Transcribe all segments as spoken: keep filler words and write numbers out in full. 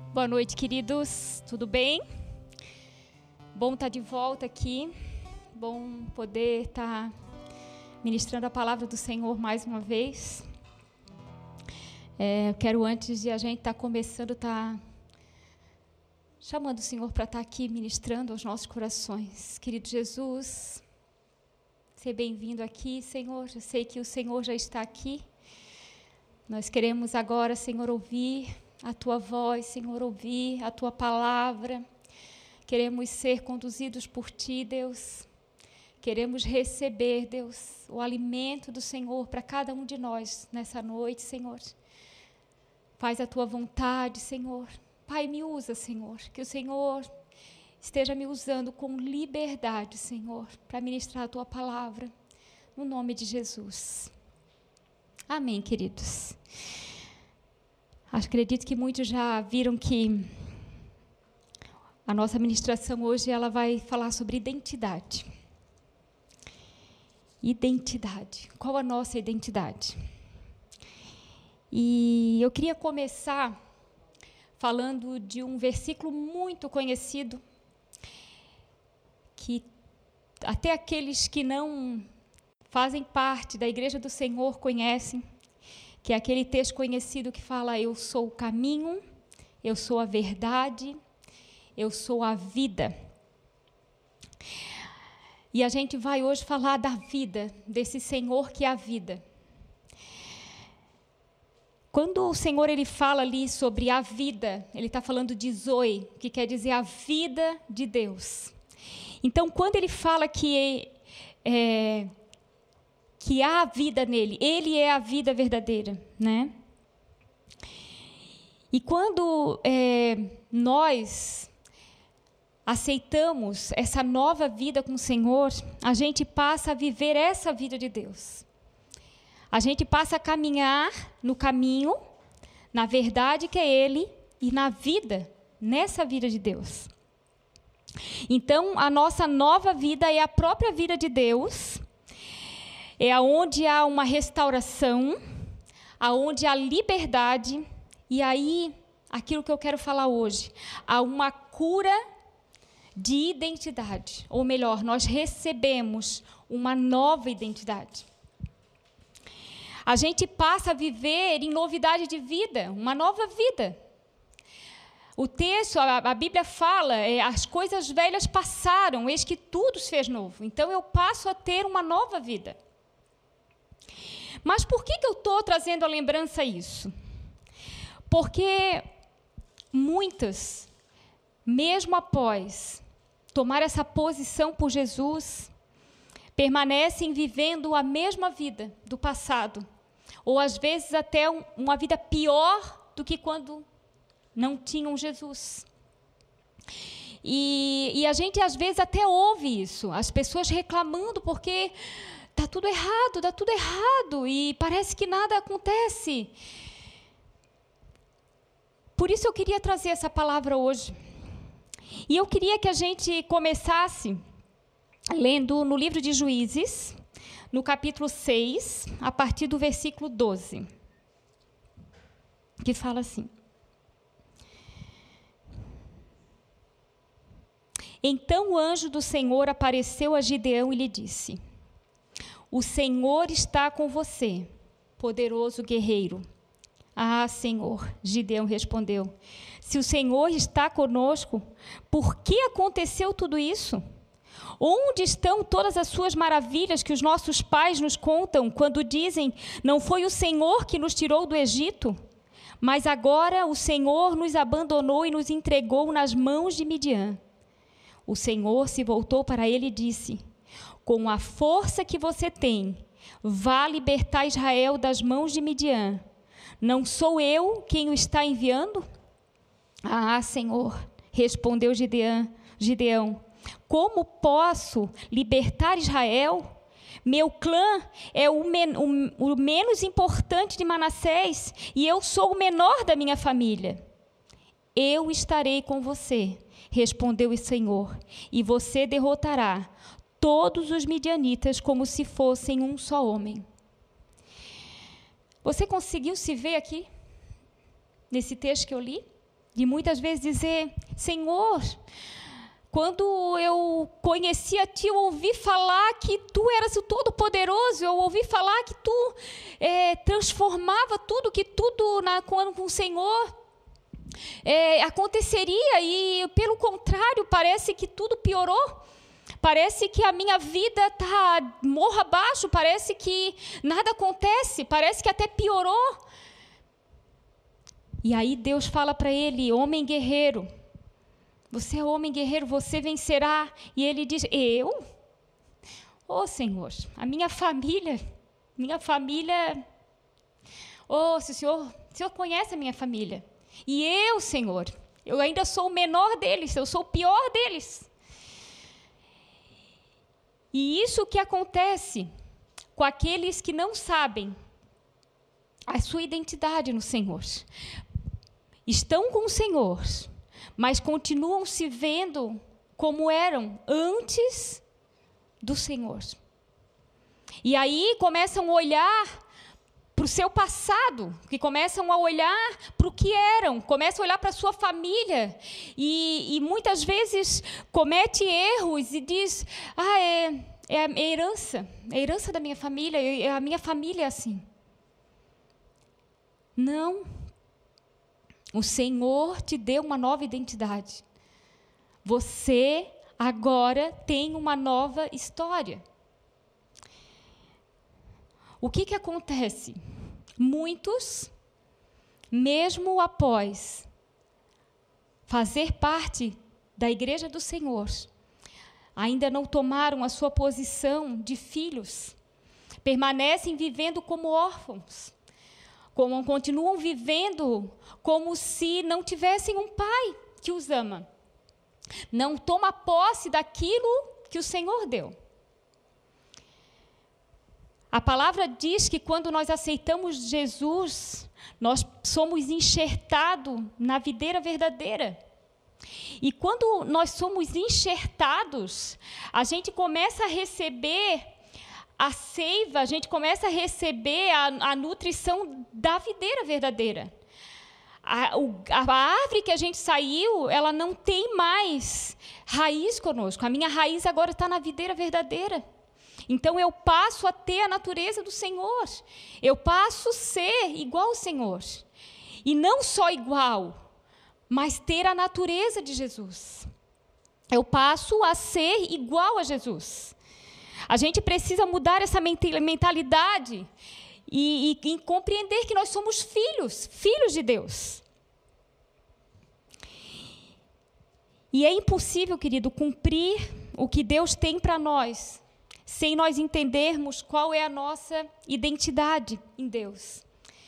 Boa noite, queridos. Tudo bem? Bom estar de volta aqui. Bom poder estar ministrando a palavra do Senhor mais uma vez. É, eu quero, antes de a gente estar começando, estar chamando o Senhor para estar aqui ministrando aos nossos corações. Querido Jesus, seja bem-vindo aqui, Senhor. Eu sei que o Senhor já está aqui. Nós queremos agora, Senhor, ouvir a Tua voz, Senhor, ouvir a Tua palavra. Queremos ser conduzidos por Ti, Deus. Queremos receber, Deus, o alimento do Senhor para cada um de nós nessa noite, Senhor. Faz a Tua vontade, Senhor. Pai, me usa, Senhor, que o Senhor esteja me usando com liberdade, Senhor, para ministrar a Tua palavra, no nome de Jesus. Amém, queridos. Acredito que muitos já viram que a nossa ministração hoje ela vai falar sobre identidade. Identidade. Qual a nossa identidade? E eu queria começar falando de um versículo muito conhecido, que até aqueles que não fazem parte da Igreja do Senhor conhecem, que é aquele texto conhecido que fala: eu sou o caminho, eu sou a verdade, eu sou a vida. E a gente vai hoje falar da vida, desse Senhor que é a vida. Quando o Senhor ele fala ali sobre a vida, ele está falando de Zoe, que quer dizer a vida de Deus. Então, quando ele fala que é, que há vida nele, ele é a vida verdadeira, né? E quando é, nós aceitamos essa nova vida com o Senhor, a gente passa a viver essa vida de Deus. A gente passa a caminhar no caminho, na verdade que é Ele, e na vida, nessa vida de Deus. Então, a nossa nova vida é a própria vida de Deus, é onde há uma restauração, aonde há liberdade, e aí, aquilo que eu quero falar hoje, há uma cura de identidade, ou melhor, nós recebemos uma nova identidade. A gente passa a viver em novidade de vida, uma nova vida. O texto, a, a Bíblia fala, é, as coisas velhas passaram, eis que tudo se fez novo. Então, eu passo a ter uma nova vida. Mas por que, que eu estou trazendo à lembrança isso? Porque muitas, mesmo após tomar essa posição por Jesus, permanecem vivendo a mesma vida do passado, ou às vezes até um, uma vida pior do que quando não tinham Jesus. E, e a gente às vezes até ouve isso, as pessoas reclamando porque está tudo errado, está tudo errado, e parece que nada acontece. Por isso eu queria trazer essa palavra hoje. E eu queria que a gente começasse lendo no livro de Juízes, no capítulo seis, a partir do versículo doze, que fala assim: Então o anjo do Senhor apareceu a Gideão e lhe disse: O Senhor está com você, poderoso guerreiro. Ah, Senhor, Gideão respondeu: Se o Senhor está conosco, por que aconteceu tudo isso? Onde estão todas as suas maravilhas que os nossos pais nos contam quando dizem: não foi o Senhor que nos tirou do Egito? Mas agora o Senhor nos abandonou e nos entregou nas mãos de Midian. O Senhor se voltou para ele e disse: com a força que você tem, vá libertar Israel das mãos de Midian. Não sou eu quem o está enviando? Ah, Senhor, respondeu Gideão, Gideão, como posso libertar Israel? Meu clã é o, men- o, o menos importante de Manassés e eu sou o menor da minha família. Eu estarei com você, respondeu o Senhor, e você derrotará todos os midianitas como se fossem um só homem. Você conseguiu se ver aqui, nesse texto que eu li? de muitas vezes dizer: Senhor, quando eu conheci a Ti, eu ouvi falar que Tu eras o Todo-Poderoso, eu ouvi falar que Tu é, transformava tudo, que tudo na, com, com o Senhor é, aconteceria, e pelo contrário, parece que tudo piorou. Parece que a minha vida está morro abaixo, parece que nada acontece, parece que até piorou. E aí Deus fala para ele: homem guerreiro, você é homem guerreiro, você vencerá. E ele diz: eu? Ô, Senhor, a minha família, minha família, ô, se o Senhor, o Senhor conhece a minha família. E eu, Senhor, eu ainda sou o menor deles, eu sou o pior deles. E isso que acontece com aqueles que não sabem a sua identidade no Senhor. Estão com o Senhor, mas continuam se vendo como eram antes do Senhor. E aí começam a olhar para o seu passado, que começam a olhar para o que eram, começam a olhar para a sua família, e, e muitas vezes comete erros e diz: ah, é, é a herança, é a herança da minha família, é, a minha família é assim. Não. O Senhor te deu uma nova identidade. Você agora tem uma nova história. O que que acontece? Muitos, mesmo após fazer parte da Igreja do Senhor, ainda não tomaram a sua posição de filhos, permanecem vivendo como órfãos, como continuam vivendo como se não tivessem um pai que os ama. Não toma posse daquilo que o Senhor deu. A palavra diz que quando nós aceitamos Jesus, nós somos enxertados na videira verdadeira. E quando nós somos enxertados, a gente começa a receber a seiva, a gente começa a receber a, a nutrição da videira verdadeira. A, o, a árvore que a gente saiu, ela não tem mais raiz conosco. A minha raiz agora está na videira verdadeira. Então, eu passo a ter a natureza do Senhor. Eu passo a ser igual ao Senhor. E não só igual, mas ter a natureza de Jesus. Eu passo a ser igual a Jesus. A gente precisa mudar essa mentalidade e, e, e compreender que nós somos filhos, filhos de Deus. E é impossível, querido, cumprir o que Deus tem para nós, sem nós entendermos qual é a nossa identidade em Deus.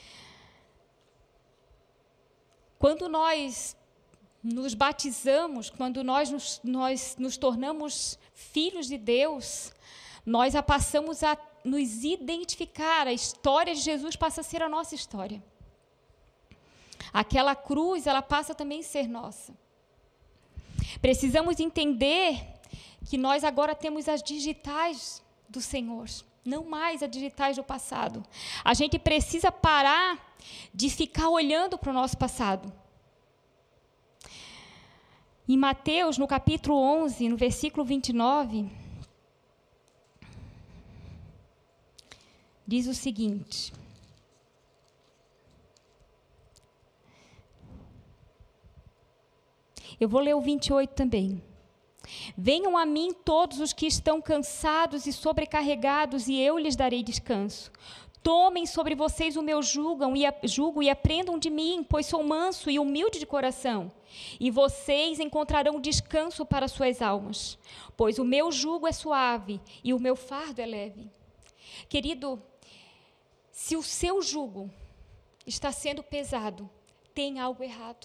Quando nós nos batizamos, quando nós nos, nós nos tornamos filhos de Deus, nós a passamos a nos identificar, a história de Jesus passa a ser a nossa história. Aquela cruz, ela passa também a ser nossa. Precisamos entender que nós agora temos as digitais do Senhor, não mais as digitais do passado. A gente precisa parar de ficar olhando para o nosso passado. Em Mateus, no capítulo onze, no versículo vinte e nove, diz o seguinte: eu vou ler o vinte e oito também. Venham a mim todos os que estão cansados e sobrecarregados, e eu lhes darei descanso. Tomem sobre vocês o meu jugo e, a, jugo e aprendam de mim, pois sou manso e humilde de coração. E vocês encontrarão descanso para suas almas, pois o meu jugo é suave e o meu fardo é leve. Querido, se o seu jugo está sendo pesado, tem algo errado.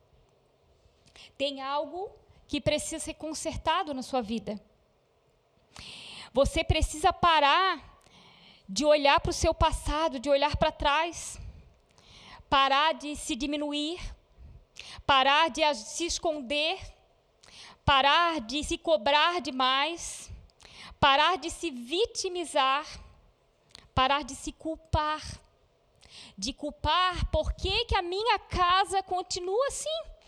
Tem algo que precisa ser consertado na sua vida. Você precisa parar de olhar para o seu passado, de olhar para trás, parar de se diminuir, parar de se esconder, parar de se cobrar demais, parar de se vitimizar, parar de se culpar, de culpar por que que a minha casa continua assim.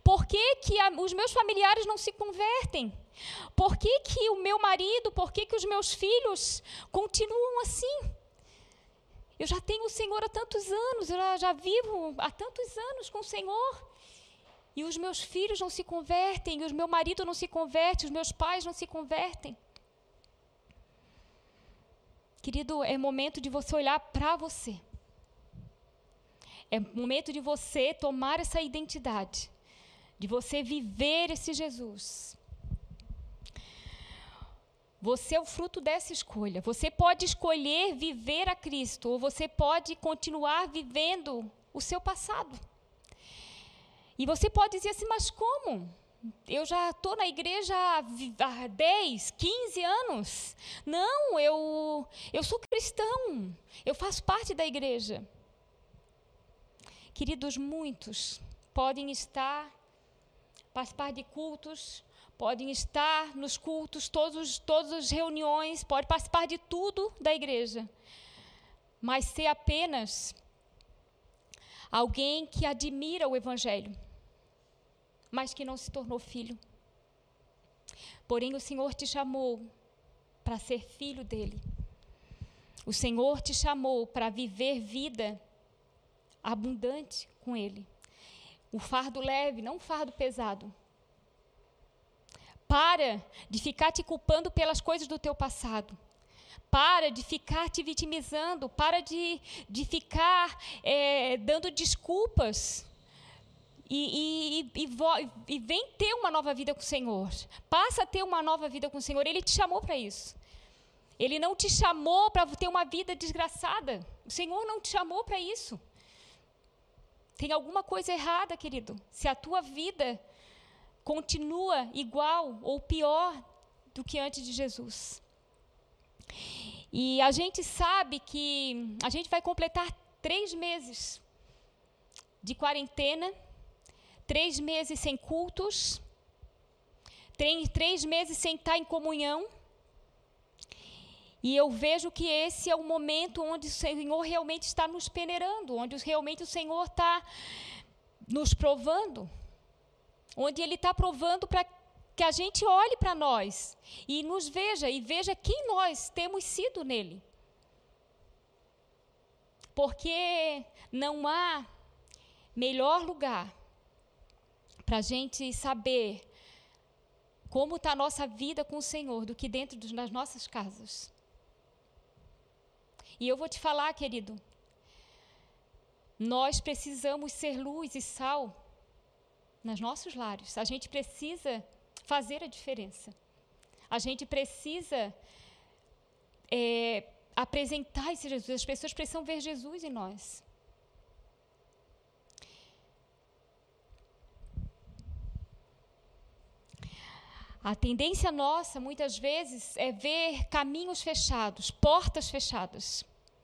Por que, que a, os meus familiares não se convertem? Por que, que o meu marido, por que, que os meus filhos continuam assim? Eu já tenho o Senhor há tantos anos, eu já, já vivo há tantos anos com o Senhor. E os meus filhos não se convertem, e o meu marido não se converte, os meus pais não se convertem. Querido, é momento de você olhar para você. É momento de você tomar essa identidade, de você viver esse Jesus. Você é o fruto dessa escolha. Você pode escolher viver a Cristo, ou você pode continuar vivendo o seu passado. E você pode dizer assim, mas como? Eu já estou na igreja há dez, quinze anos. Não, eu, eu sou cristão, eu faço parte da igreja. Queridos, muitos podem estar, participar de cultos, podem estar nos cultos, todos, todas as reuniões, podem participar de tudo da igreja, mas ser apenas alguém que admira o Evangelho, mas que não se tornou filho. Porém, o Senhor te chamou para ser filho dele. O Senhor te chamou para viver vida abundante com ele. O fardo leve, não o fardo pesado. Para de ficar te culpando pelas coisas do teu passado. Para de ficar te vitimizando. Para de, de ficar é, dando desculpas. E, e, e, e, e vem ter uma nova vida com o Senhor. Passa a ter uma nova vida com o Senhor. Ele te chamou para isso. Ele não te chamou para ter uma vida desgraçada. O Senhor não te chamou para isso. Tem alguma coisa errada, querido, se a tua vida continua igual ou pior do que antes de Jesus. E a gente sabe que a gente vai completar três meses de quarentena, três meses sem cultos, três, três meses sem estar em comunhão. E eu vejo que esse é o momento onde o Senhor realmente está nos peneirando, onde realmente o Senhor está nos provando, onde Ele está provando para que a gente olhe para nós e nos veja, e veja quem nós temos sido nele. Porque não há melhor lugar para a gente saber como está a nossa vida com o Senhor do que dentro das nossas casas. E eu vou te falar, querido, nós precisamos ser luz e sal nos nossos lares. A gente precisa fazer a diferença. A gente precisa é, apresentar esse Jesus. As pessoas precisam ver Jesus em nós. A tendência nossa, muitas vezes, é ver caminhos fechados, portas fechadas.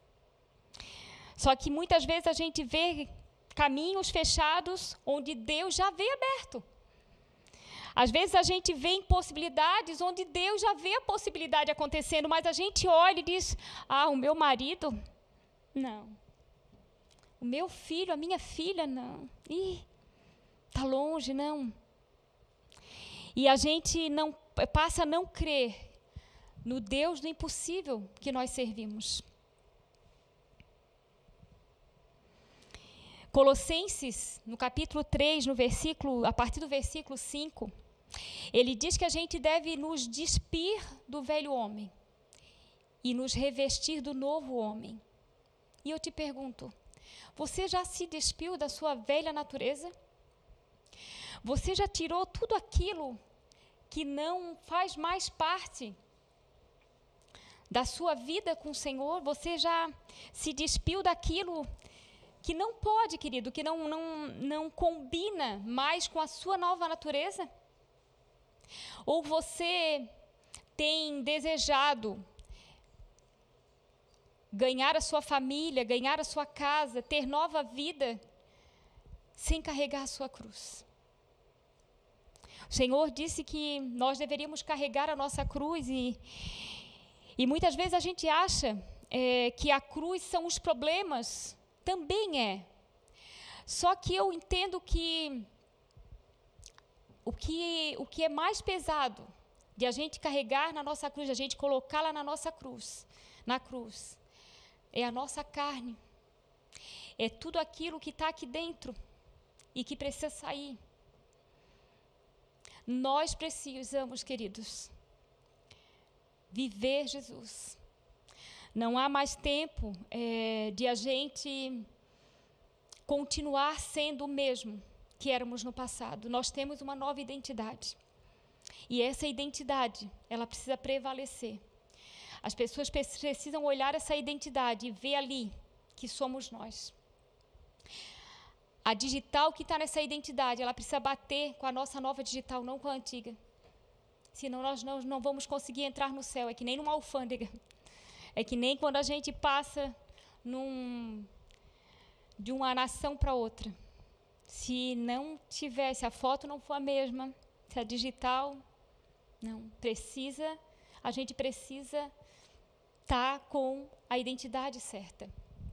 Só que muitas vezes a gente vê caminhos fechados onde Deus já vê aberto. Às vezes a gente vê impossibilidades onde Deus já vê a possibilidade acontecendo, mas a gente olha e diz, ah, o meu marido, não. O meu filho, a minha filha, não. Ih, está longe, não. E a gente não, passa a não crer no Deus do impossível que nós servimos. Colossenses, no capítulo três, no versículo, a partir do versículo cinco, ele diz que a gente deve nos despir do velho homem e nos revestir do novo homem. E eu te pergunto, você já se despiu da sua velha natureza? Você já tirou tudo aquilo que não faz mais parte da sua vida com o Senhor? Você já se despiu daquilo que não pode, querido, que não, não, não combina mais com a sua nova natureza? Ou você tem desejado ganhar a sua família, ganhar a sua casa, ter nova vida, sem carregar a sua cruz? O Senhor disse que nós deveríamos carregar a nossa cruz e, e muitas vezes a gente acha é, que a cruz são os problemas. Também é. Só que eu entendo que o que, o que é mais pesado de a gente carregar na nossa cruz, de a gente colocá-la na nossa cruz, na cruz, é a nossa carne. É tudo aquilo que está aqui dentro e que precisa sair. Nós precisamos, queridos, viver Jesus. Não há mais tempo é, de a gente continuar sendo o mesmo que éramos no passado. Nós temos uma nova identidade. E essa identidade, ela precisa prevalecer. As pessoas precisam olhar essa identidade e ver ali que somos nós. A digital que está nessa identidade, ela precisa bater com a nossa nova digital, não com a antiga. Senão nós não, não vamos conseguir entrar no céu. É que nem numa alfândega. É que nem quando a gente passa num, de uma nação para outra. Se não tiver, se a foto não for a mesma, se a digital, não, precisa, a gente precisa estar com a identidade certa.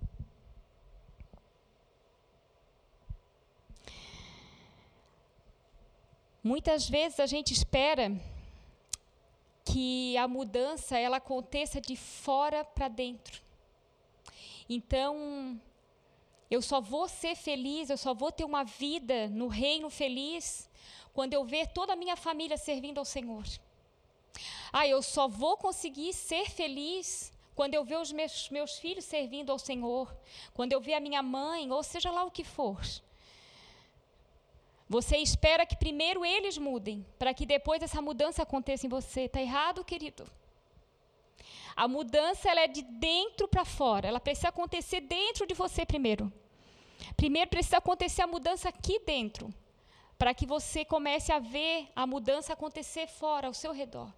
Muitas vezes a gente espera que a mudança ela aconteça de fora para dentro. Então, eu só vou ser feliz, eu só vou ter uma vida no reino feliz quando eu ver toda a minha família servindo ao Senhor. Ah, eu só vou conseguir ser feliz quando eu ver os meus, meus filhos servindo ao Senhor, quando eu ver a minha mãe, ou seja lá o que for. Você espera que primeiro eles mudem, para que depois essa mudança aconteça em você. Está errado, querido? A mudança ela é de dentro para fora. Ela precisa acontecer dentro de você primeiro. Primeiro precisa acontecer a mudança aqui dentro, para que você comece a ver a mudança acontecer fora, ao seu redor.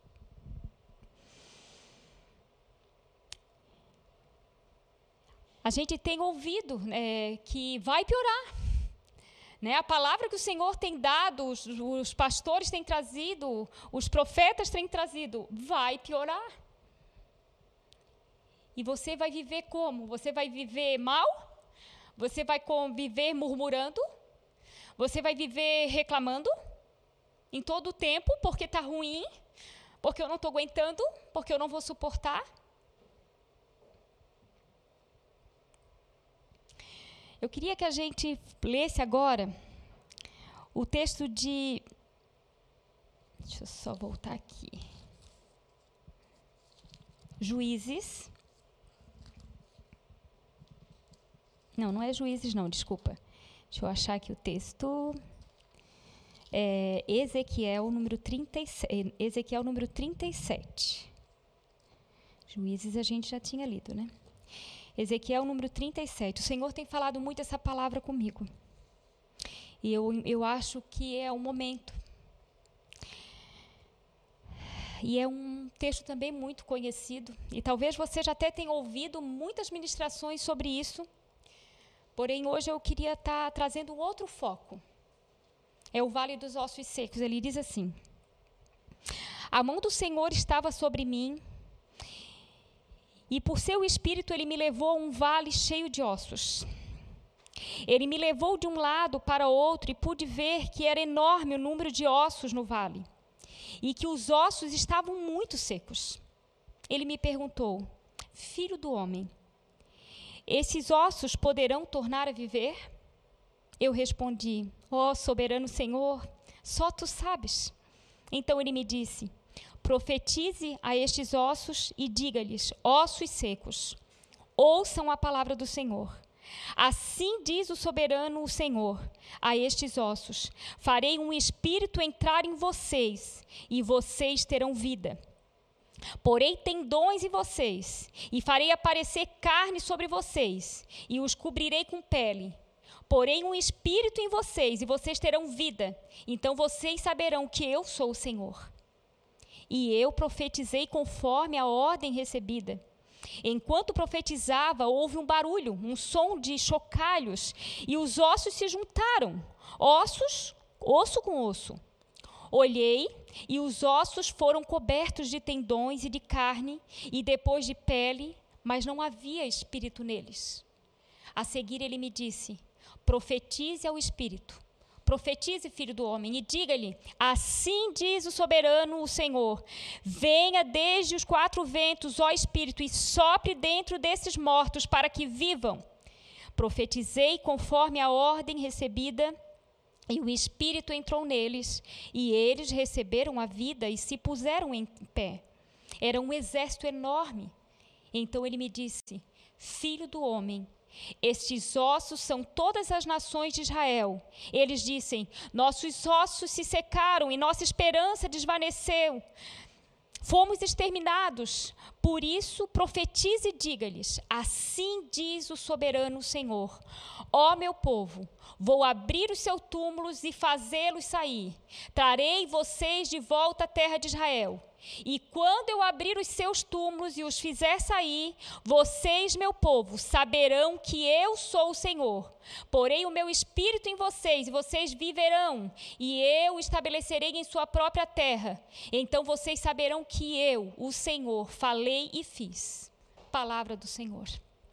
A gente tem ouvido é, que vai piorar. Né, a palavra que o Senhor tem dado, os, os pastores têm trazido, os profetas têm trazido, vai piorar. E você vai viver como? Você vai viver mal? Você vai viver murmurando? Você vai viver reclamando? Em todo o tempo, porque está ruim? Porque eu não estou aguentando? Porque eu não vou suportar? Eu queria que a gente lesse agora o texto de... Deixa eu só voltar aqui. Juízes. Não, não é Juízes, não, desculpa. Deixa eu achar aqui o texto. É Ezequiel, número trinta e sete. Ezequiel, número trinta e sete. Juízes a gente já tinha lido, né? Ezequiel, número trinta e sete. O Senhor tem falado muito essa palavra comigo. E eu, eu acho que é o momento. E é um texto também muito conhecido. E talvez você já até tenha ouvido muitas ministrações sobre isso. Porém, hoje eu queria estar trazendo um outro foco. É o Vale dos Ossos Secos. Ele diz assim: a mão do Senhor estava sobre mim, e por seu espírito ele me levou a um vale cheio de ossos. Ele me levou de um lado para outro e pude ver que era enorme o número de ossos no vale e que os ossos estavam muito secos. Ele me perguntou: filho do homem, esses ossos poderão tornar a viver? Eu respondi: ó soberano Senhor, só tu sabes. Então ele me disse: profetize a estes ossos e diga-lhes: ossos secos, ouçam a palavra do Senhor. Assim diz o soberano o Senhor a estes ossos: farei um espírito entrar em vocês e vocês terão vida. Porei tendões em vocês e farei aparecer carne sobre vocês e os cobrirei com pele. Porei um espírito em vocês e vocês terão vida. Então vocês saberão que eu sou o Senhor. E eu profetizei conforme a ordem recebida. Enquanto profetizava, houve um barulho, um som de chocalhos, e os ossos se juntaram, ossos, osso com osso. Olhei, e os ossos foram cobertos de tendões e de carne, e depois de pele, mas não havia espírito neles. A seguir ele me disse: profetize ao espírito, Profetize, filho do homem, e diga-lhe: assim diz o soberano, o Senhor: venha desde os quatro ventos, ó Espírito, e sopre dentro desses mortos para que vivam. Profetizei conforme a ordem recebida, e o Espírito entrou neles, e eles receberam a vida e se puseram em pé. Era um exército enorme. Então ele me disse: filho do homem, estes ossos são todas as nações de Israel. Eles dizem: nossos ossos se secaram e nossa esperança desvaneceu. Fomos exterminados. Por isso, profetize e diga-lhes: assim diz o soberano Senhor: ó meu povo, vou abrir os seus túmulos e fazê-los sair. Trarei vocês de volta à terra de Israel. E quando eu abrir os seus túmulos e os fizer sair, vocês, meu povo, saberão que eu sou o Senhor. Porei o meu espírito em vocês, e vocês viverão, e eu estabelecerei em sua própria terra. Então vocês saberão que eu, o Senhor, falei e fiz. Palavra do Senhor.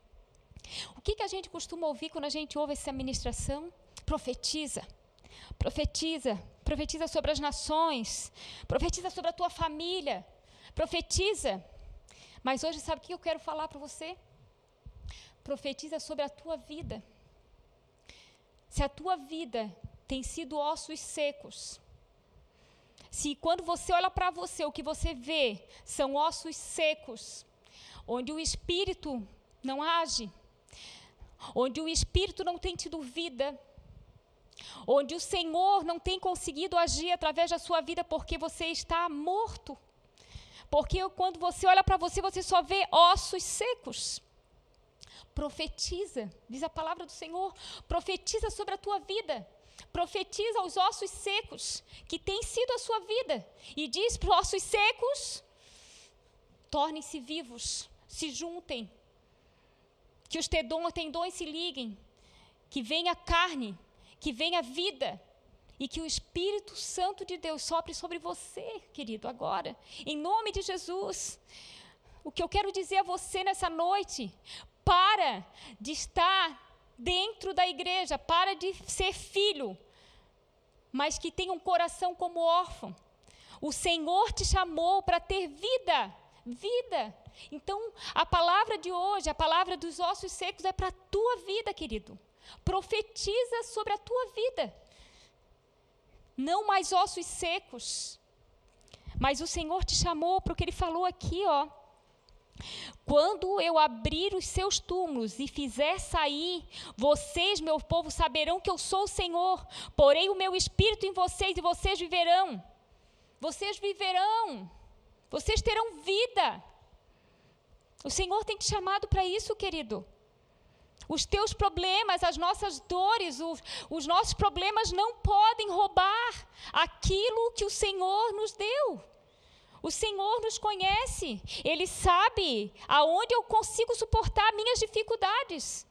O que, que a gente costuma ouvir quando a gente ouve essa ministração? Profetiza. Profetiza, profetiza sobre as nações, profetiza sobre a tua família, profetiza. Mas hoje, sabe o que eu quero falar para você? Profetiza sobre a tua vida. Se a tua vida tem sido ossos secos, se quando você olha para você, o que você vê são ossos secos, onde o Espírito não age, onde o Espírito não tem tido vida, onde o Senhor não tem conseguido agir através da sua vida porque você está morto. Porque quando você olha para você, você só vê ossos secos. Profetiza, diz a palavra do Senhor, profetiza sobre a tua vida. Profetiza aos ossos secos, que tem sido a sua vida. E diz para os ossos secos: tornem-se vivos, se juntem. Que os tendões se liguem, que venha carne, que venha vida, e que o Espírito Santo de Deus sopre sobre você, querido, agora, em nome de Jesus. O que eu quero dizer a você nessa noite: para de estar dentro da igreja, para de ser filho, mas que tenha um coração como órfão. O Senhor te chamou para ter vida, vida. Então, a palavra de hoje, a palavra dos ossos secos é para a tua vida, querido. Profetiza sobre a tua vida. Não mais ossos secos. Mas o Senhor te chamou para o que Ele falou aqui, ó. Quando eu abrir os seus túmulos e fizer sair, vocês, meu povo, saberão que eu sou o Senhor. Porei o meu Espírito em vocês e vocês viverão. Vocês viverão. Vocês terão vida. O Senhor tem te chamado para isso, querido. Os teus problemas, as nossas dores, os, os nossos problemas não podem roubar aquilo que o Senhor nos deu. O Senhor nos conhece. Ele sabe aonde eu consigo suportar minhas dificuldades.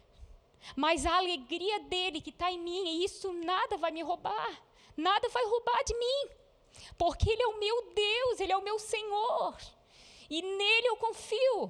Mas a alegria dele que está em mim, e isso nada vai me roubar. Nada vai roubar de mim. Porque Ele é o meu Deus, Ele é o meu Senhor. E nele eu confio.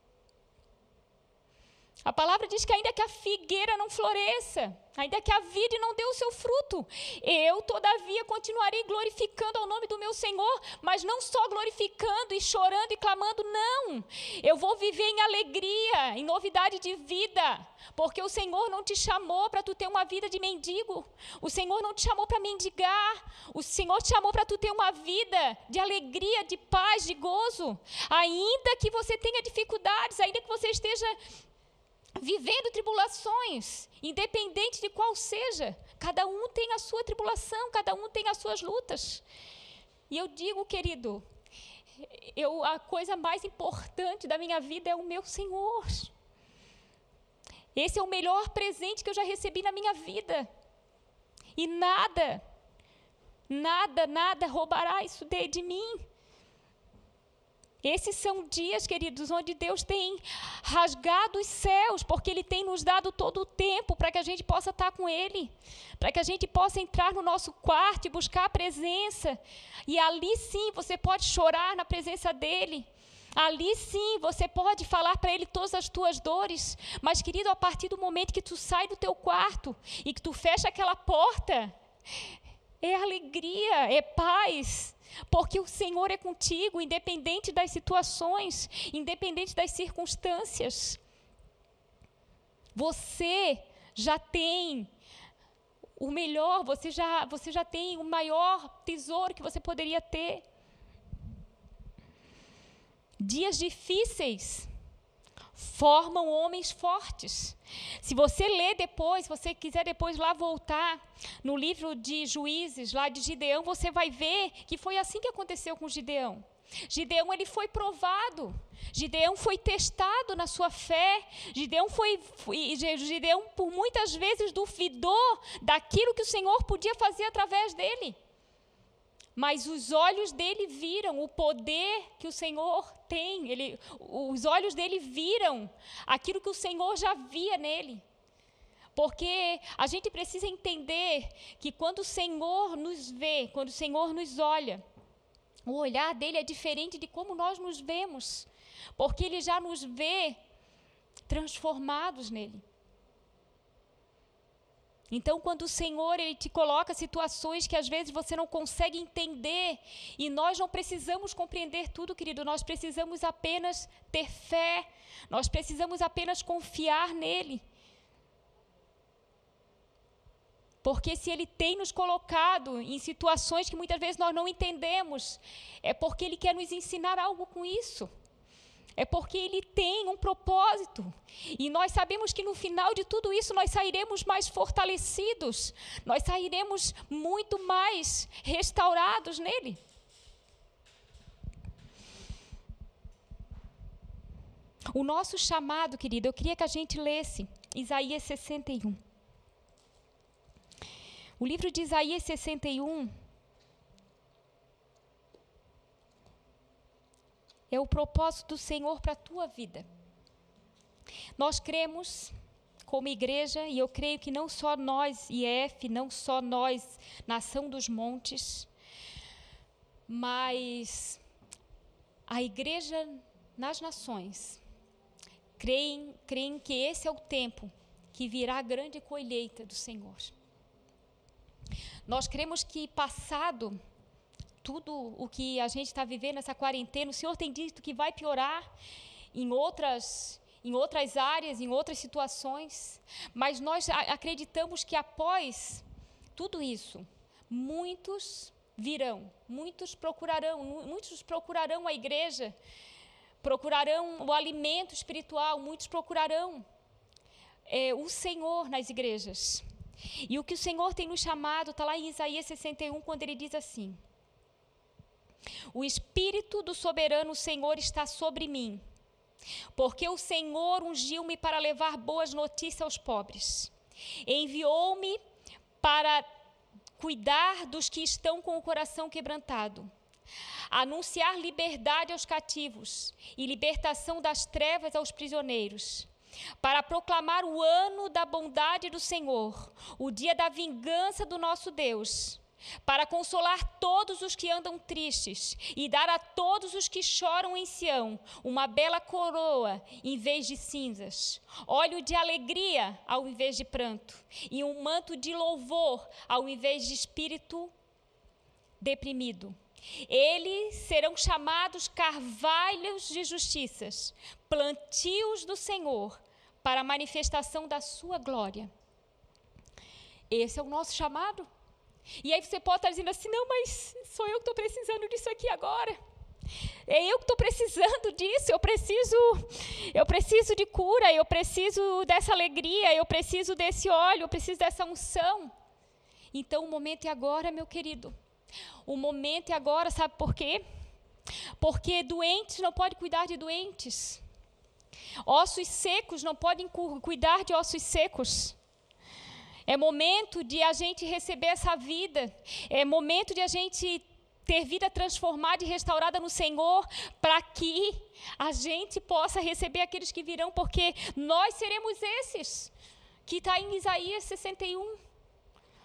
A palavra diz que ainda que a figueira não floresça, ainda que a vide não dê o seu fruto, eu, todavia, continuarei glorificando ao nome do meu Senhor, mas não só glorificando e chorando e clamando, não. Eu vou viver em alegria, em novidade de vida, porque o Senhor não te chamou para tu ter uma vida de mendigo, o Senhor não te chamou para mendigar, o Senhor te chamou para tu ter uma vida de alegria, de paz, de gozo, ainda que você tenha dificuldades, ainda que você esteja vivendo tribulações, independente de qual seja, cada um tem a sua tribulação, cada um tem as suas lutas. E eu digo, querido, eu, a coisa mais importante da minha vida é o meu Senhor. Esse é o melhor presente que eu já recebi na minha vida. E nada, nada, nada roubará isso de, de mim. Esses são dias, queridos, onde Deus tem rasgado os céus, porque Ele tem nos dado todo o tempo para que a gente possa estar com Ele, para que a gente possa entrar no nosso quarto e buscar a presença. E ali sim você pode chorar na presença dEle. Ali sim, você pode falar para ele todas as tuas dores, mas querido, a partir do momento que tu sai do teu quarto e que tu fecha aquela porta, é alegria, é paz, porque o Senhor é contigo, independente das situações, independente das circunstâncias. Você já tem o melhor, você já, você já tem o maior tesouro que você poderia ter. Dias difíceis formam homens fortes. Se você ler depois, se você quiser depois lá voltar no livro de Juízes, lá de Gideão, você vai ver que foi assim que aconteceu com Gideão. Gideão, ele foi provado. Gideão foi testado na sua fé. Gideão, foi, foi, Gideão por muitas vezes duvidou daquilo que o Senhor podia fazer através dele. Mas os olhos dele viram o poder que o Senhor tem. Ele, os olhos dele viram aquilo que o Senhor já via nele. Porque a gente precisa entender que quando o Senhor nos vê, quando o Senhor nos olha, o olhar dele é diferente de como nós nos vemos. Porque ele já nos vê transformados nele. Então, quando o Senhor ele te coloca situações que às vezes você não consegue entender, e nós não precisamos compreender tudo, querido, nós precisamos apenas ter fé, nós precisamos apenas confiar nele. Porque se ele tem nos colocado em situações que muitas vezes nós não entendemos, é porque ele quer nos ensinar algo com isso. É porque ele tem um propósito. E nós sabemos que no final de tudo isso nós sairemos mais fortalecidos. Nós sairemos muito mais restaurados nele. O nosso chamado, querido, eu queria que a gente lesse Isaías sessenta e um. O livro de Isaías sessenta e um é o propósito do Senhor para a tua vida. Nós cremos, como igreja, e eu creio que não só nós, I E F, não só nós, Nação dos Montes, mas a igreja nas nações, creem, creem que esse é o tempo que virá a grande colheita do Senhor. Nós cremos que passado tudo o que a gente está vivendo nessa quarentena, o Senhor tem dito que vai piorar em outras, em outras áreas, em outras situações, mas nós acreditamos que após tudo isso, muitos virão, muitos procurarão, muitos procurarão a igreja, procurarão o alimento espiritual, muitos procurarão é, o Senhor nas igrejas. E o que o Senhor tem nos chamado, está lá em Isaías sessenta e um, quando ele diz assim: o Espírito do soberano Senhor está sobre mim, porque o Senhor ungiu-me para levar boas notícias aos pobres. Enviou-me para cuidar dos que estão com o coração quebrantado, anunciar liberdade aos cativos e libertação das trevas aos prisioneiros, para proclamar o ano da bondade do Senhor, o dia da vingança do nosso Deus, para consolar todos os que andam tristes e dar a todos os que choram em Sião uma bela coroa em vez de cinzas, óleo de alegria ao invés de pranto e um manto de louvor ao invés de espírito deprimido. Eles serão chamados carvalhos de justiças, plantios do Senhor, para a manifestação da sua glória. Esse é o nosso chamado. E aí você pode estar dizendo assim: não, mas sou eu que estou precisando disso aqui agora. É eu que estou precisando disso, eu preciso, eu preciso de cura, eu preciso dessa alegria, eu preciso desse óleo, eu preciso dessa unção. Então o momento é agora, meu querido. O momento é agora, sabe por quê? Porque doentes não podem cuidar de doentes. Ossos secos não podem cu- cuidar de ossos secos. É momento de a gente receber essa vida. É momento de a gente ter vida transformada e restaurada no Senhor, para que a gente possa receber aqueles que virão, porque nós seremos esses que está em Isaías sessenta e um.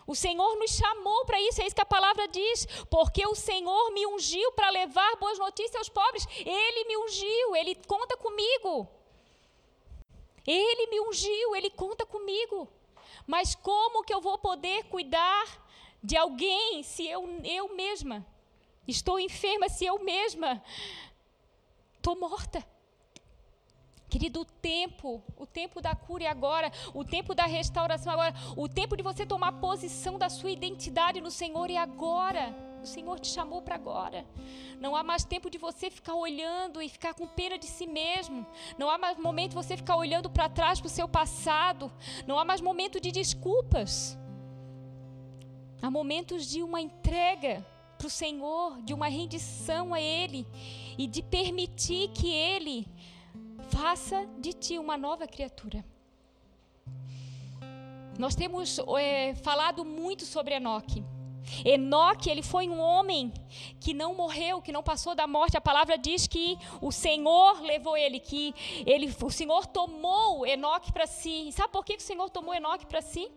O Senhor nos chamou para isso, é isso que a palavra diz. Porque o Senhor me ungiu para levar boas notícias aos pobres. Ele me ungiu, Ele conta comigo. Ele me ungiu, Ele conta comigo. Mas como que eu vou poder cuidar de alguém se eu, eu mesma estou enferma, se eu mesma estou morta? Querido, o tempo, o tempo da cura é agora, o tempo da restauração é agora, o tempo de você tomar posição da sua identidade no Senhor é agora. O Senhor te chamou para agora. Não há mais tempo de você ficar olhando e ficar com pena de si mesmo. Não há mais momento de você ficar olhando para trás para o seu passado. Não há mais momento de desculpas. Há momentos de uma entrega para o Senhor, de uma rendição a Ele e de permitir que Ele faça de ti uma nova criatura. Nós temos é, falado muito sobre Enoque. Enoque, ele foi um homem que não morreu, que não passou da morte. A palavra diz que o Senhor levou ele, que ele, o Senhor tomou Enoque para si. Sabe por que o Senhor tomou Enoque para si?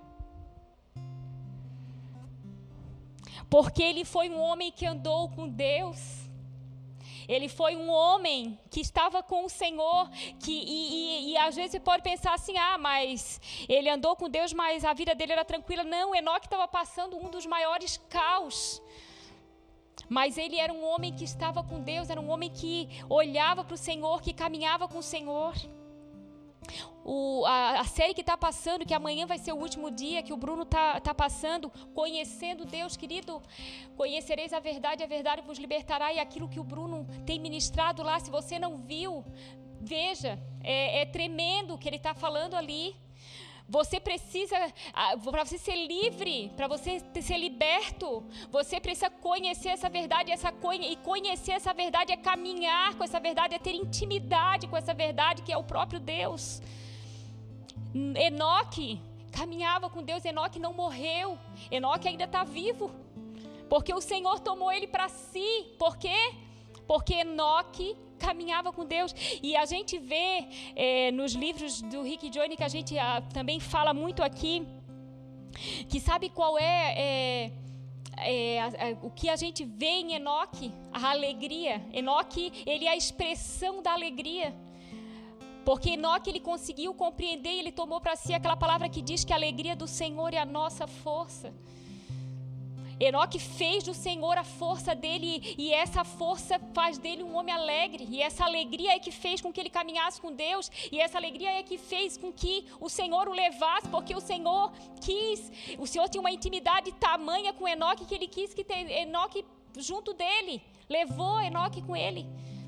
Porque ele foi um homem que andou com Deus. Ele foi um homem que estava com o Senhor, que, e, e, e às vezes você pode pensar assim, ah, mas ele andou com Deus, mas a vida dele era tranquila. Não, Enoque estava passando um dos maiores caos. Mas ele era um homem que estava com Deus, era um homem que olhava para o Senhor, que caminhava com o Senhor. O, a, a série que está passando, que amanhã vai ser o último dia, que o Bruno está tá passando, Conhecendo Deus, querido, conhecereis a verdade, a verdade vos libertará, e aquilo que o Bruno tem ministrado lá, se você não viu, veja, é, é tremendo o que ele está falando ali. Você precisa, para você ser livre, para você ser liberto, você precisa conhecer essa verdade, essa, e conhecer essa verdade é caminhar com essa verdade, é ter intimidade com essa verdade que é o próprio Deus. Enoque caminhava com Deus, Enoque não morreu, Enoque ainda está vivo, porque o Senhor tomou ele para si. Por quê? Porque Enoque caminhava com Deus. E a gente vê é, nos livros do Rick Joyner, que a gente a, também fala muito aqui, que sabe qual é, é, é a, a, o que a gente vê em Enoque? A alegria. Enoque, ele é a expressão da alegria. Porque Enoque, ele conseguiu compreender e ele tomou para si aquela palavra que diz que a alegria do Senhor é a nossa força. Enoque fez do Senhor a força dele, e essa força faz dele um homem alegre, e essa alegria é que fez com que ele caminhasse com Deus, e essa alegria é que fez com que o Senhor o levasse, porque o Senhor quis, o Senhor tinha uma intimidade tamanha com Enoque, que ele quis que ter Enoque junto dele, levou Enoque com ele.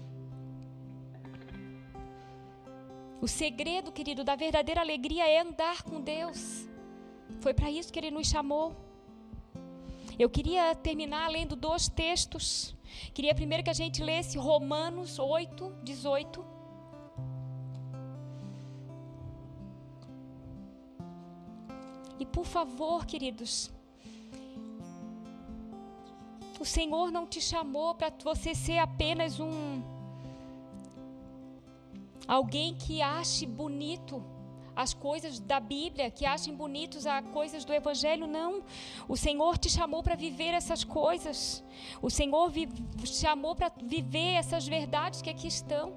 O segredo, querido, da verdadeira alegria é andar com Deus. Foi para isso que Ele nos chamou. Eu queria terminar lendo dois textos. Queria primeiro que a gente lesse Romanos oito, dezoito. E por favor, queridos, o Senhor não te chamou para você ser apenas um alguém que ache bonito as coisas da Bíblia, que achem bonitos as coisas do Evangelho. Não, o Senhor te chamou para viver essas coisas. O Senhor vi, chamou para viver essas verdades que aqui estão.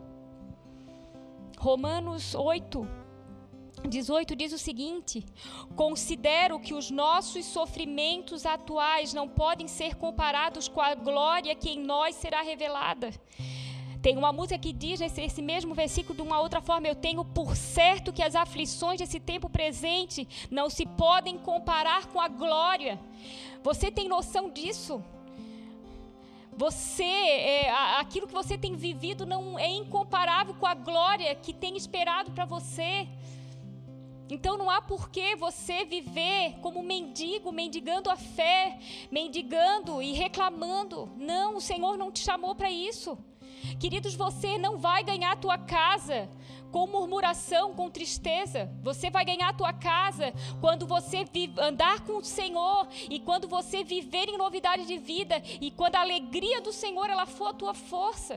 Romanos oito, dezoito diz o seguinte: considero que os nossos sofrimentos atuais não podem ser comparados com a glória que em nós será revelada. Tem uma música que diz esse, esse mesmo versículo de uma outra forma: eu tenho por certo que as aflições desse tempo presente não se podem comparar com a glória. Você tem noção disso? Você, é, aquilo que você tem vivido não é incomparável com a glória que tem esperado para você. Então não há por que você viver como mendigo, mendigando a fé, mendigando e reclamando. Não, o Senhor não te chamou para isso. Queridos, você não vai ganhar a tua casa com murmuração, com tristeza. Você vai ganhar a tua casa quando você vive, andar com o Senhor, e quando você viver em novidade de vida, e quando a alegria do Senhor ela for a tua força.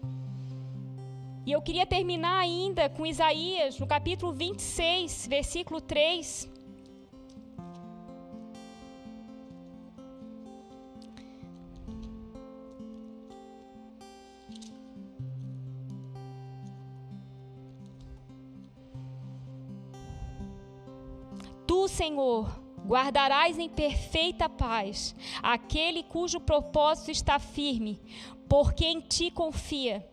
E eu queria terminar ainda com Isaías, no capítulo vinte e seis, versículo três. Senhor guardarás em perfeita paz aquele cujo propósito está firme, porque em ti confia.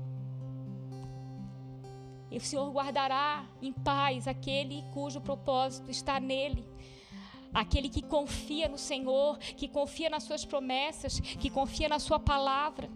E o Senhor guardará em paz aquele cujo propósito está nele. Aquele que confia no Senhor, que confia nas suas promessas, que confia na sua palavra.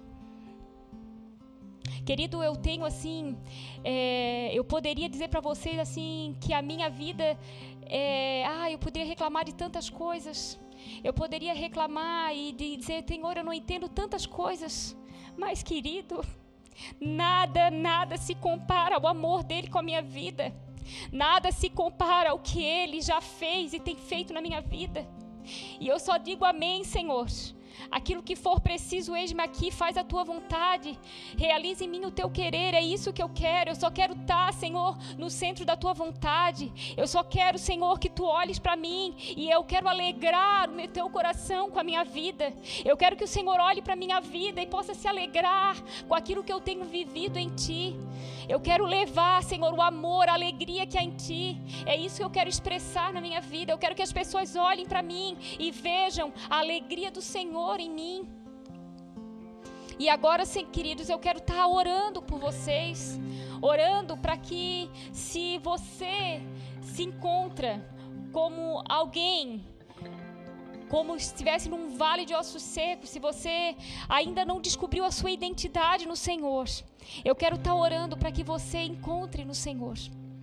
Querido, eu tenho assim, é, eu poderia dizer para vocês assim, que a minha vida, é, ah, eu poderia reclamar de tantas coisas. Eu poderia reclamar e de dizer, Senhor, eu não entendo tantas coisas. Mas, querido, nada, nada se compara ao amor dele com a minha vida. Nada se compara ao que ele já fez e tem feito na minha vida. E eu só digo amém, Senhor. Aquilo que for preciso, eis-me aqui, faz a tua vontade, realize em mim o teu querer, é isso que eu quero. Eu só quero estar, Senhor, no centro da tua vontade. Eu só quero, Senhor, que tu olhes para mim, e eu quero alegrar o teu coração com a minha vida. Eu quero que o Senhor olhe para a minha vida e possa se alegrar com aquilo que eu tenho vivido em ti. Eu quero levar, Senhor, o amor, a alegria que há em ti. É isso que eu quero expressar na minha vida. Eu quero que as pessoas olhem para mim e vejam a alegria do Senhor em mim. E agora, sim, queridos, eu quero estar orando por vocês, orando para que, se você se encontra como alguém, como se estivesse num vale de ossos secos, se você ainda não descobriu a sua identidade no Senhor, eu quero estar orando para que você encontre no Senhor.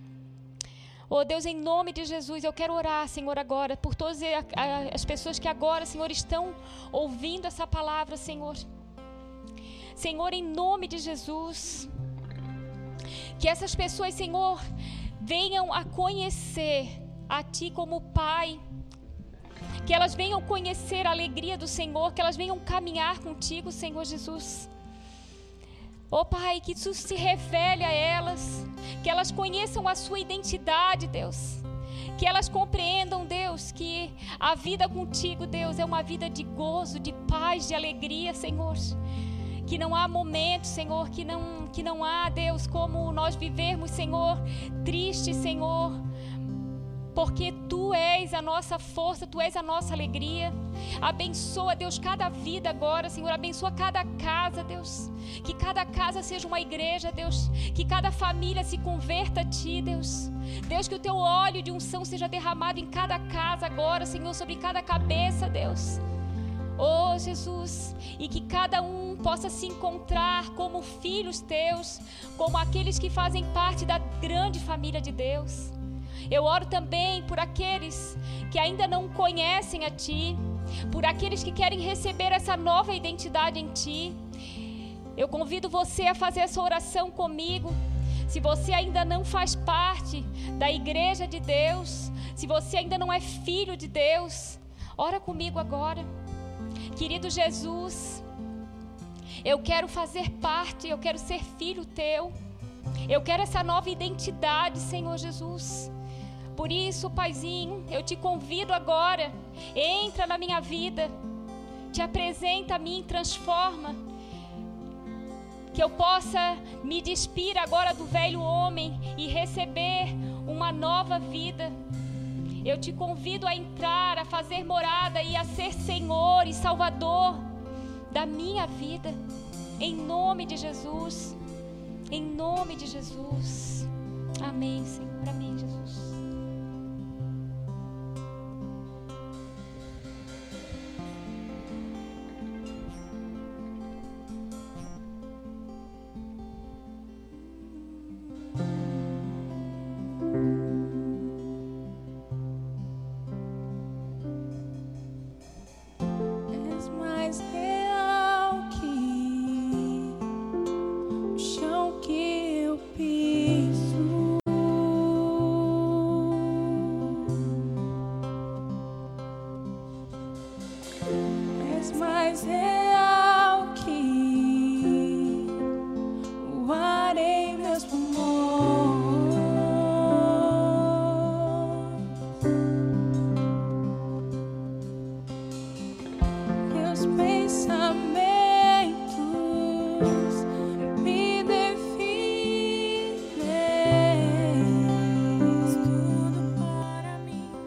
Oh Deus, em nome de Jesus, eu quero orar, Senhor, agora, por todas as pessoas que agora, Senhor, estão ouvindo essa palavra, Senhor. Senhor, em nome de Jesus, que essas pessoas, Senhor, venham a conhecer a Ti como Pai, que elas venham conhecer a alegria do Senhor, que elas venham caminhar contigo, Senhor Jesus. Oh Pai, que isso se revele a elas, que elas conheçam a sua identidade, Deus, que elas compreendam, Deus, que a vida contigo, Deus, é uma vida de gozo, de paz, de alegria, Senhor, que não há momento, Senhor, que não, que não há, Deus, como nós vivermos, Senhor, triste, Senhor, porque Tu és a nossa força, Tu és a nossa alegria. Abençoa, Deus, cada vida agora, Senhor, abençoa cada casa, Deus, que cada casa seja uma igreja, Deus, que cada família se converta a Ti, Deus, Deus, que o Teu óleo de unção seja derramado em cada casa agora, Senhor, sobre cada cabeça, Deus, oh Jesus, e que cada um possa se encontrar como filhos Teus, como aqueles que fazem parte da grande família de Deus. Eu oro também por aqueles que ainda não conhecem a Ti, por aqueles que querem receber essa nova identidade em Ti. Eu convido você a fazer essa oração comigo. Se você ainda não faz parte da igreja de Deus, se você ainda não é filho de Deus, ora comigo agora. Querido Jesus, eu quero fazer parte, eu quero ser filho Teu. Eu quero essa nova identidade, Senhor Jesus. Por isso, Paizinho, eu te convido agora, entra na minha vida, te apresenta a mim, transforma, que eu possa me despir agora do velho homem e receber uma nova vida. Eu te convido a entrar, a fazer morada e a ser Senhor e Salvador da minha vida, em nome de Jesus, em nome de Jesus. Amém, Senhor, amém, Jesus. Tudo para mim.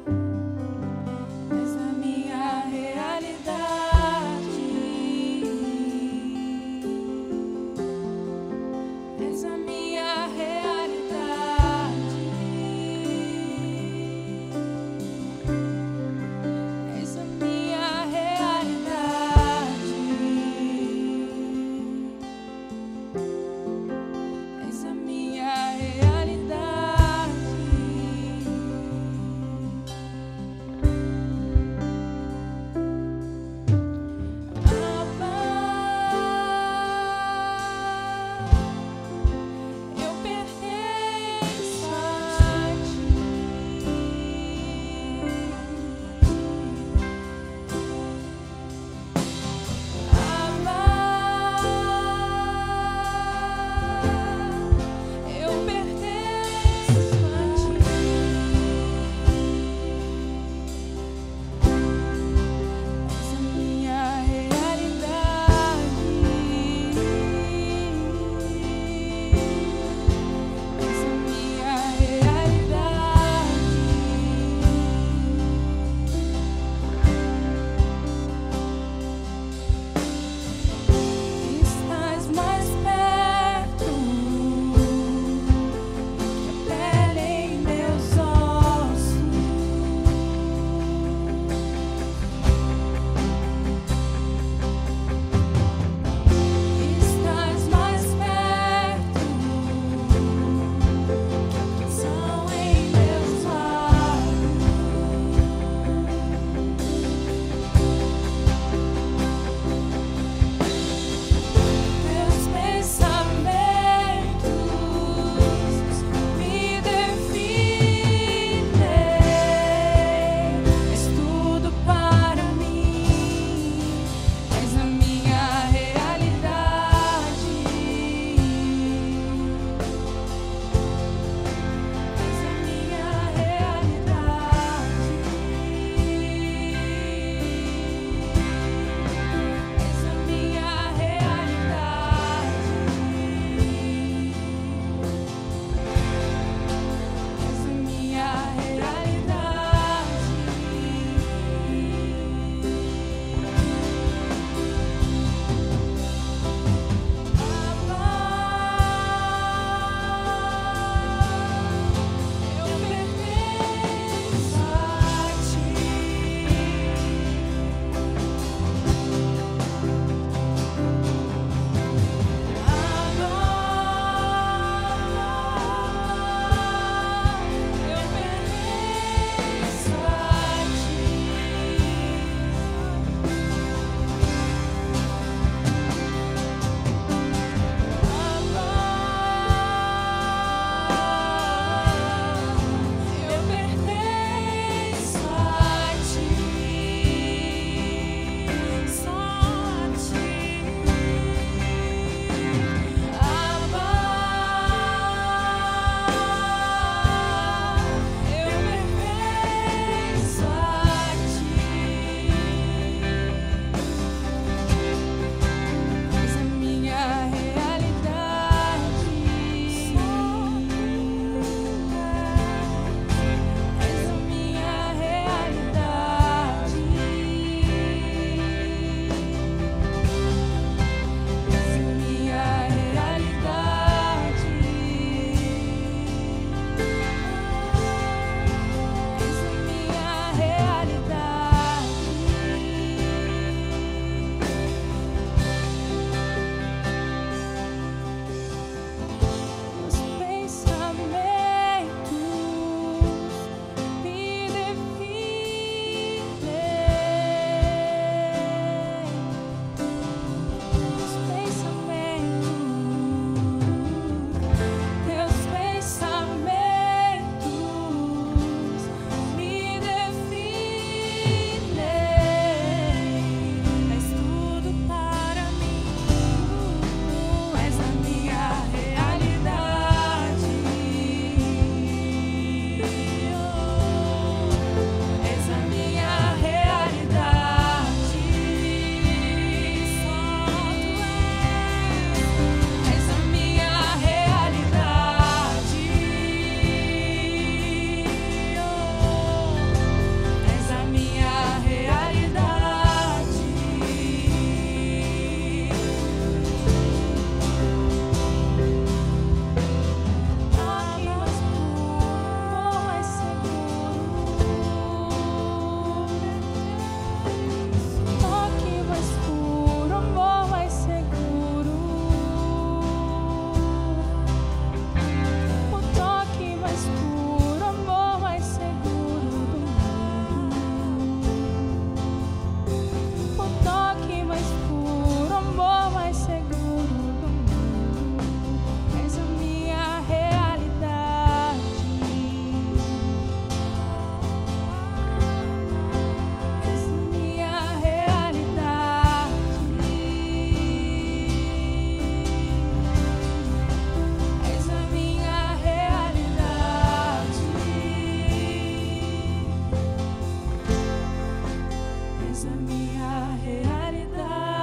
minha realidade.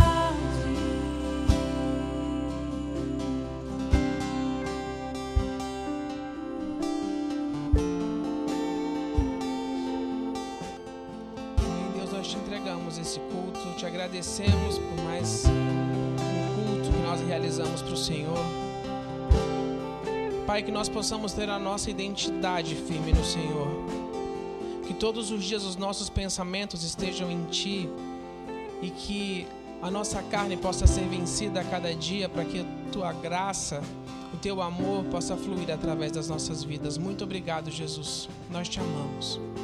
Deus, nós te entregamos esse culto, te agradecemos por mais um culto que nós realizamos para o Senhor. Pai, que nós possamos ter a nossa identidade firme no Senhor. Que todos os dias os nossos pensamentos estejam em Ti e que a nossa carne possa ser vencida a cada dia para que a Tua graça, o Teu amor possa fluir através das nossas vidas. Muito obrigado, Jesus. Nós te amamos.